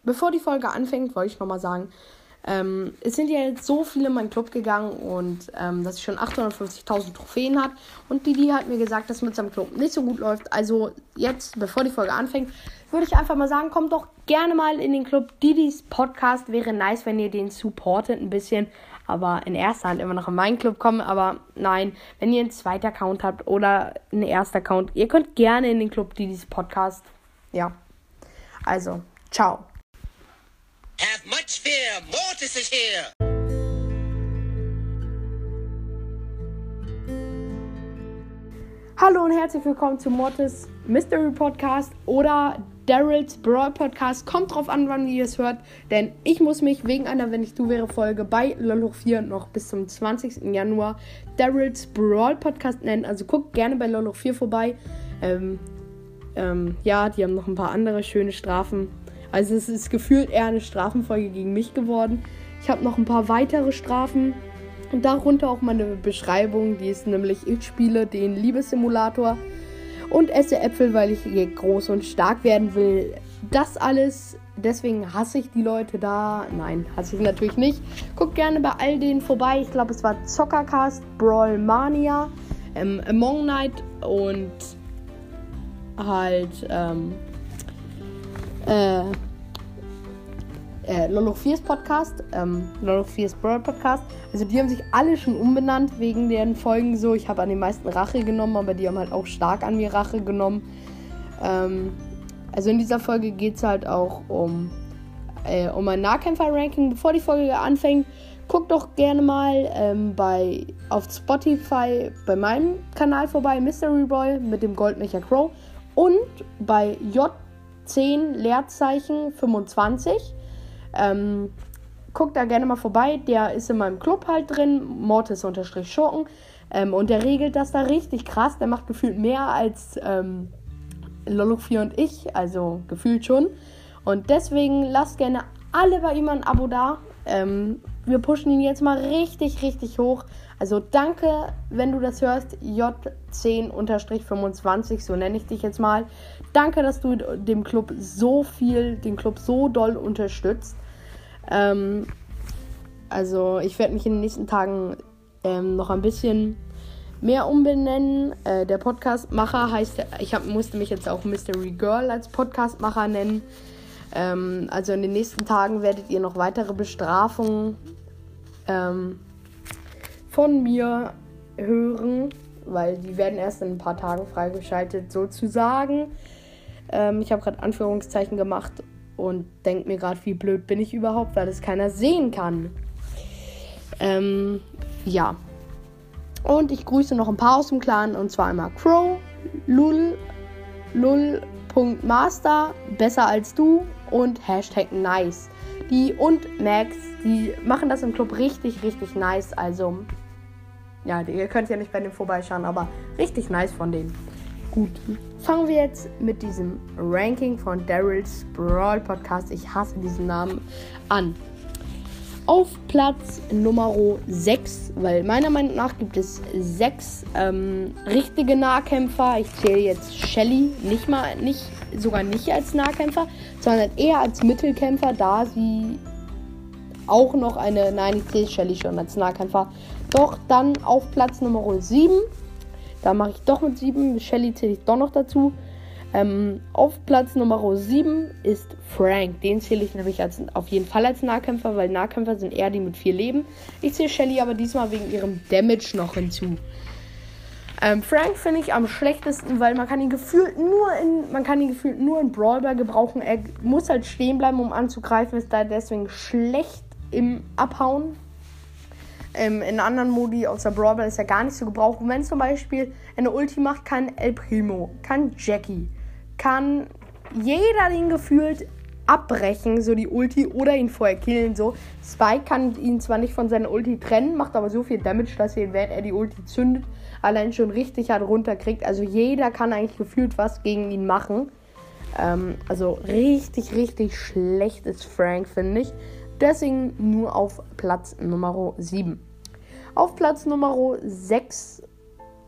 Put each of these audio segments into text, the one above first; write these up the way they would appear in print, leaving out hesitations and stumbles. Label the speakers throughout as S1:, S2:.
S1: bevor die Folge anfängt, wollte ich nochmal sagen, es sind ja jetzt so viele in meinen Club gegangen und dass ich schon 850.000 Trophäen habe. Und Didi hat mir gesagt, dass mit seinem Club nicht so gut läuft. Also jetzt, bevor die Folge anfängt, würde ich einfach mal sagen, kommt doch gerne mal in den Club. Didis Podcast wäre nice, wenn ihr den supportet ein bisschen. Aber in erster Hand immer noch in meinen Club kommen. Aber nein, wenn ihr einen zweiten Account habt oder einen ersten Account, ihr könnt gerne in den Club Didis Podcast. Ja, also, ciao.
S2: Have much fear, Mortis is here!
S1: Hallo und herzlich willkommen zu Mortis Mystery Podcast oder Daryl's Brawl Podcast. Kommt drauf an, wann ihr es hört, denn ich muss mich wegen einer Wenn ich du wäre Folge bei LOL4 noch bis zum 20. Januar Daryl's Brawl Podcast nennen. Also guckt gerne bei LOL4 vorbei. Ja, die haben noch ein paar andere schöne Strafen. Also es ist gefühlt eher eine Strafenfolge gegen mich geworden. Ich habe noch ein paar weitere Strafen und darunter auch meine Beschreibung. Die ist nämlich, ich spiele den Liebessimulator und esse Äpfel, weil ich hier groß und stark werden will. Das alles, deswegen hasse ich die Leute da. Nein, hasse ich natürlich nicht. Guckt gerne bei all denen vorbei. Ich glaube, es war Zockercast, Brawl Mania, Among Night und halt LOL4's Podcast, LOL4's Brawl Podcast. Also die haben sich alle schon umbenannt wegen deren Folgen so. Ich habe an den meisten Rache genommen, aber die haben halt auch stark an mir Rache genommen. Also in dieser Folge geht es halt auch um ein Nahkämpfer-Ranking. Bevor die Folge anfängt, guckt doch gerne mal auf Spotify bei meinem Kanal vorbei, Mystery Boy mit dem Goldmecher Crow. Und bei J10 Leerzeichen 25. Guckt da gerne mal vorbei. Der ist in meinem Club halt drin. Mortis_Schurken. Und der regelt das da richtig krass. Der macht gefühlt mehr als LOL4 und ich. Also gefühlt schon. Und deswegen lasst gerne alle bei ihm ein Abo da. Wir pushen ihn jetzt mal richtig, richtig hoch. Also danke, wenn du das hörst, J10_25, so nenne ich dich jetzt mal. Danke, dass du den Club so doll unterstützt. Also ich werde mich in den nächsten Tagen noch ein bisschen mehr umbenennen. Der Podcastmacher heißt, musste mich jetzt auch Mystery Girl als Podcastmacher nennen. Also in den nächsten Tagen werdet ihr noch weitere Bestrafungen von mir hören, weil die werden erst in ein paar Tagen freigeschaltet, sozusagen. Ich habe gerade Anführungszeichen gemacht und denke mir gerade, wie blöd bin ich überhaupt, weil das keiner sehen kann. Ja. Und ich grüße noch ein paar aus dem Clan, und zwar einmal Crow, Lul.Master, besser als du und #nice. Die und Max, die machen das im Club richtig, richtig nice. Also, ja, ihr könnt ja nicht bei denen vorbeischauen, aber richtig nice von denen. Gut, fangen wir jetzt mit diesem Ranking von Daryl's Brawl Podcast, ich hasse diesen Namen, an. Auf Platz Nummer 6, weil meiner Meinung nach gibt es 6 richtige Nahkämpfer. Ich zähle jetzt Shelly sogar nicht als Nahkämpfer, sondern eher als Mittelkämpfer, da sie auch noch ich zähle Shelly schon als Nahkämpfer. Doch dann auf Platz Nummer 7, da mache ich doch mit 7, Shelly zähle ich doch noch dazu. Auf Platz Nummer 7 ist Frank. Den zähle ich nämlich auf jeden Fall als Nahkämpfer, weil Nahkämpfer sind eher die mit 4 Leben. Ich zähle Shelly aber diesmal wegen ihrem Damage noch hinzu. Frank finde ich am schlechtesten, weil man kann ihn gefühlt nur in Brawl Ball gebrauchen. Er muss halt stehen bleiben, um anzugreifen, ist da deswegen schlecht im Abhauen. In anderen Modi außer Brawl Ball ist er gar nicht zu gebrauchen. Wenn zum Beispiel eine Ulti macht, kann El Primo, kann Jackie, kann jeder den gefühlt abbrechen, so die Ulti, oder ihn vorher killen, so. Spike kann ihn zwar nicht von seiner Ulti trennen, macht aber so viel Damage, dass wenn er die Ulti zündet, allein schon richtig hart runterkriegt. Also jeder kann eigentlich gefühlt was gegen ihn machen. Also richtig, richtig schlecht ist Frank, finde ich. Deswegen nur auf Platz Nummer 7. Auf Platz Nummer 6,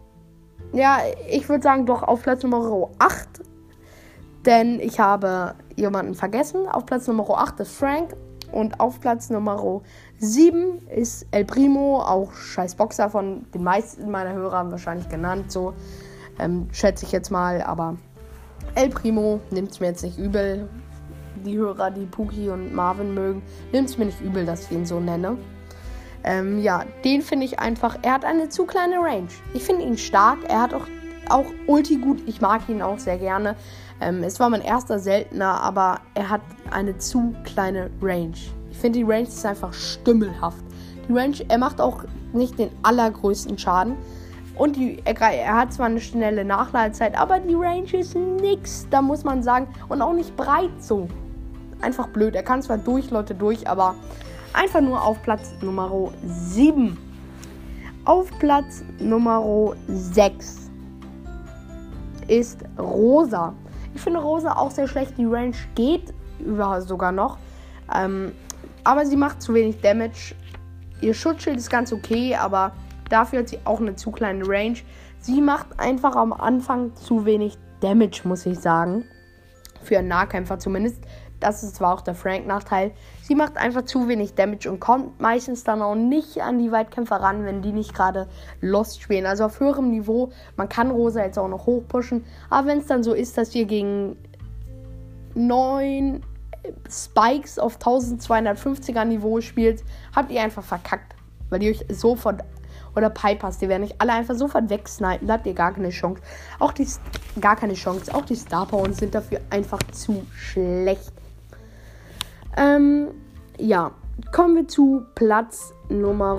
S1: ja, ich würde sagen doch auf Platz Nummer 8. Denn ich habe jemanden vergessen. Auf Platz Nummer 8 ist Frank. Und auf Platz Nummer 7 ist El Primo, auch scheiß Boxer, von den meisten meiner Hörer haben wahrscheinlich genannt, so schätze ich jetzt mal, aber El Primo nimmt es mir jetzt nicht übel. Die Hörer, die Puki und Marvin mögen, nimmt es mir nicht übel, dass ich ihn so nenne. Den finde ich einfach, er hat eine zu kleine Range. Ich finde ihn stark, er hat auch Ulti gut, ich mag ihn auch sehr gerne. Es war mein erster Seltener, aber er hat eine zu kleine Range. Ich finde, die Range ist einfach stümmelhaft. Die Range, er macht auch nicht den allergrößten Schaden. Und er hat zwar eine schnelle Nachladezeit, aber die Range ist nix, da muss man sagen. Und auch nicht breit so. Einfach blöd. Er kann zwar Leute durch, aber einfach nur auf Platz Nummer 7. Auf Platz Nummer 6 ist Rosa. Ich finde Rosa auch sehr schlecht. Die Range geht sogar noch. Aber sie macht zu wenig Damage. Ihr Schutzschild ist ganz okay, aber dafür hat sie auch eine zu kleine Range. Sie macht einfach am Anfang zu wenig Damage, muss ich sagen. Für einen Nahkämpfer zumindest. Das ist zwar auch der Frank-Nachteil. Sie macht einfach zu wenig Damage und kommt meistens dann auch nicht an die Weitkämpfer ran, wenn die nicht gerade Lost spielen. Also auf höherem Niveau. Man kann Rosa jetzt auch noch hochpushen. Aber wenn es dann so ist, dass ihr gegen 9 Spikes auf 1250er Niveau spielt, habt ihr einfach verkackt. Weil die euch sofort, oder Pipers, die werden euch alle einfach sofort wegsnipen. Da habt ihr gar keine Chance. Auch die Star Power sind dafür einfach zu schlecht. Kommen wir zu Platz Nummer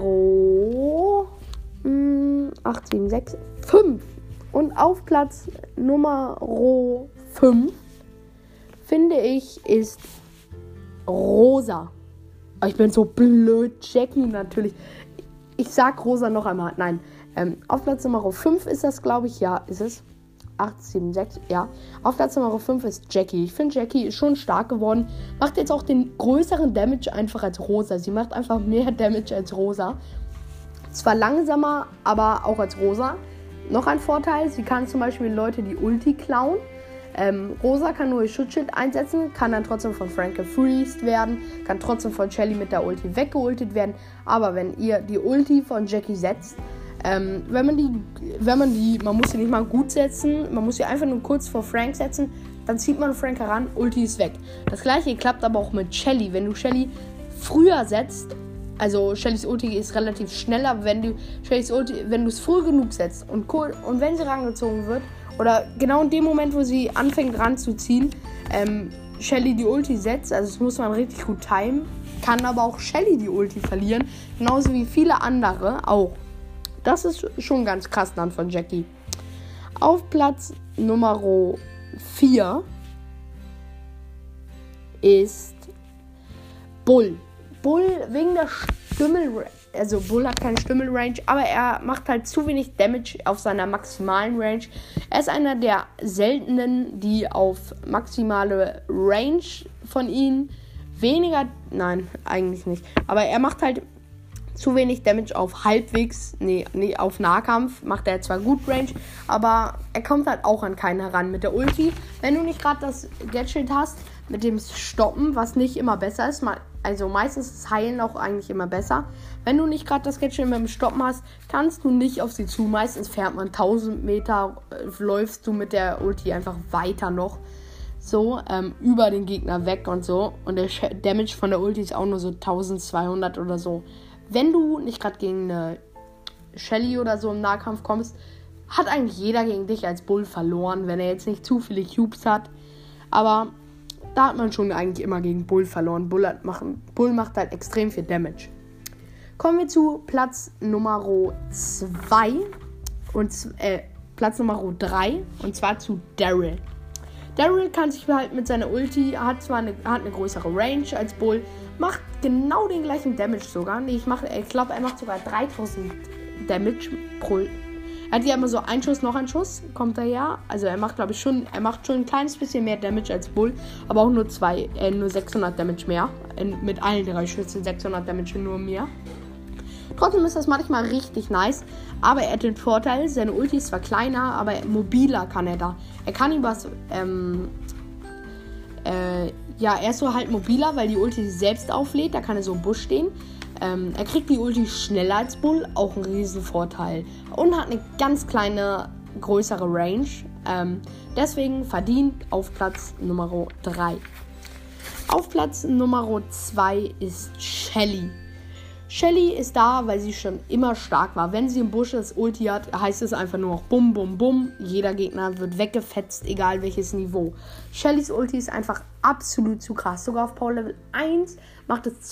S1: 5. Und auf Platz Nummer 5, finde ich, ist Rosa. Ich bin so blöd, Jackie natürlich. Ich sag Rosa noch einmal. Nein, auf Platz Nummer 5 ist das, glaube ich. Ja, ist es. 8, 7, 6, ja. Auf Platz Nummer 5 ist Jackie. Ich finde, Jackie ist schon stark geworden. Macht jetzt auch den größeren Damage einfach als Rosa. Sie macht einfach mehr Damage als Rosa. Zwar langsamer, aber auch als Rosa. Noch ein Vorteil, sie kann zum Beispiel Leute die Ulti klauen. Rosa kann nur ihr Schutzschild einsetzen, kann dann trotzdem von Frank gefreezed werden, kann trotzdem von Shelly mit der Ulti weggeultet werden. Aber wenn ihr die Ulti von Jackie setzt, man muss sie nicht mal gut setzen, man muss sie einfach nur kurz vor Frank setzen, dann zieht man Frank heran, Ulti ist weg. Das gleiche klappt aber auch mit Shelly. Wenn du Shelly früher setzt, also Shellys Ulti ist relativ schneller, aber wenn du es früh genug setzt und wenn sie rangezogen wird, oder genau in dem Moment, wo sie anfängt ranzuziehen, Shelly die Ulti setzt, also das muss man richtig gut timen, kann aber auch Shelly die Ulti verlieren, genauso wie viele andere auch. Das ist schon ganz krass dann von Jackie. Auf Platz Nummer 4 ist Bull. Bull wegen der Stümmel, also Bull hat keine Stümmelrange, aber er macht halt zu wenig Damage auf seiner maximalen Range. Er ist einer der seltenen, die auf maximale Range von ihnen nein, eigentlich nicht, aber er macht halt zu wenig Damage auf auf Nahkampf macht er zwar gut Range, aber er kommt halt auch an keinen heran mit der Ulti. Wenn du nicht gerade das Gadget hast mit dem Stoppen, was nicht immer besser ist, also meistens ist Heilen auch eigentlich immer besser. Wenn du nicht gerade das Gadget mit dem Stoppen hast, kannst du nicht auf sie zu. Meistens fährt man 1000 Meter, läufst du mit der Ulti einfach weiter noch. So, über den Gegner weg und so. Und der Damage von der Ulti ist auch nur so 1200 oder so. Wenn du nicht gerade gegen eine Shelly oder so im Nahkampf kommst, hat eigentlich jeder gegen dich als Bull verloren, wenn er jetzt nicht zu viele Cubes hat. Aber da hat man schon eigentlich immer gegen Bull verloren. Bull macht halt extrem viel Damage. Kommen wir zu Platz Nummer 2 und Platz Nummer 3 und zwar zu Daryl. Daryl kann sich halt mit seiner Ulti, hat eine größere Range als Bull, macht genau den gleichen Damage sogar. Ich glaube, er macht sogar 3000 Damage pro. Er hat ja immer so einen Schuss, noch einen Schuss, kommt er ja. Also er macht, glaube ich, schon ein kleines bisschen mehr Damage als Bull, aber auch nur 600 Damage mehr. Mit allen 3 Schüssen 600 Damage nur mehr. Trotzdem ist das manchmal richtig nice, aber er hat den Vorteil, seine Ulti ist zwar kleiner, aber mobiler kann er da. Er kann er ist so halt mobiler, weil die Ulti sich selbst auflädt. Da kann er so im Busch stehen. Er kriegt die Ulti schneller als Bull, auch ein Riesenvorteil. Und hat eine ganz kleine, größere Range. Deswegen verdient auf Platz Nummer 3. Auf Platz Nummer 2 ist Shelly. Shelly ist da, weil sie schon immer stark war. Wenn sie im Busch das Ulti hat, heißt es einfach nur noch Bum, Bum, Bum. Jeder Gegner wird weggefetzt, egal welches Niveau. Shellys Ulti ist einfach absolut zu krass. Sogar auf Power Level 1 macht es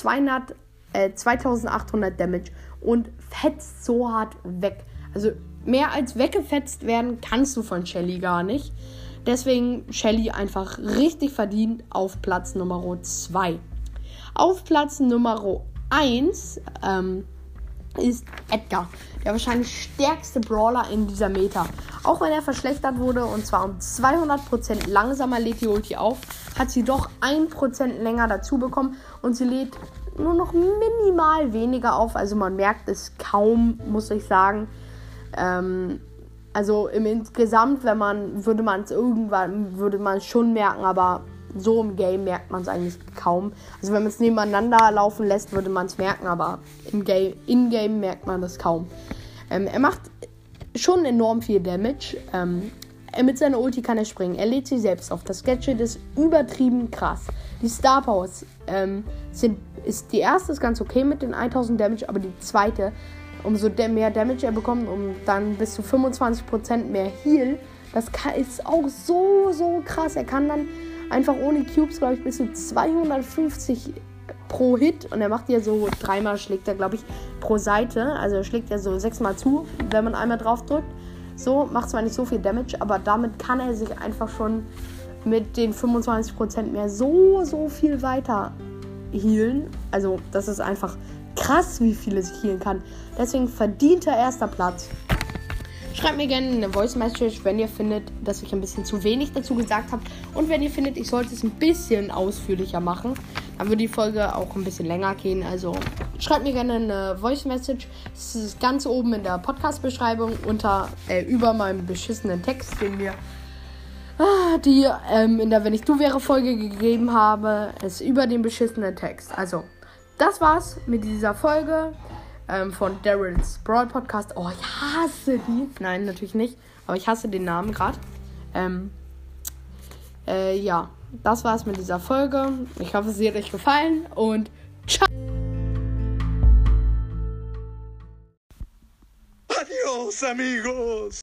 S1: 2800 Damage und fetzt so hart weg. Also mehr als weggefetzt werden kannst du von Shelly gar nicht. Deswegen Shelly einfach richtig verdient auf Platz Nummer 2. Auf Platz Nummer 1 ist Edgar, der wahrscheinlich stärkste Brawler in dieser Meta. Auch wenn er verschlechtert wurde und zwar um 200% langsamer lädt die Ulti auf, hat sie doch 1% länger dazu bekommen und sie lädt nur noch minimal weniger auf. Also man merkt es kaum, muss ich sagen. Also insgesamt, würde man es schon merken, aber so im Game merkt man es eigentlich kaum. Also wenn man es nebeneinander laufen lässt, würde man es merken, aber in-game merkt man das kaum. Er macht schon enorm viel Damage. Mit seiner Ulti kann er springen. Er lädt sich selbst auf. Das Gadget ist übertrieben krass. Die Star Powers ist die erste ist ganz okay mit den 1000 Damage, aber die zweite, umso mehr Damage er bekommt, um dann bis zu 25% mehr Heal, das ist auch so krass. Er kann dann einfach ohne Cubes, glaube ich, bis zu 250 pro Hit. Und er macht ja so 3-mal schlägt er, glaube ich, pro Seite. Also er schlägt ja so 6-mal zu, wenn man einmal drauf drückt. So, macht zwar nicht so viel Damage, aber damit kann er sich einfach schon mit den 25% mehr so viel weiter healen. Also das ist einfach krass, wie viel es healen kann. Deswegen verdient er erster Platz. Schreibt mir gerne eine Voice Message, wenn ihr findet, dass ich ein bisschen zu wenig dazu gesagt habe. Und wenn ihr findet, ich sollte es ein bisschen ausführlicher machen, dann würde die Folge auch ein bisschen länger gehen. Also schreibt mir gerne eine Voice Message. Das ist ganz oben in der Podcast-Beschreibung über meinem beschissenen Text, den mir in der Wenn ich du wäre Folge gegeben habe. Ist über den beschissenen Text. Also das war's mit dieser Folge. Von Daryl's Brawl Podcast. Oh, ich hasse die. Nein, natürlich nicht. Aber ich hasse den Namen gerade. Ja, das war's mit dieser Folge. Ich hoffe, sie hat euch gefallen und ciao.
S2: Adios, amigos.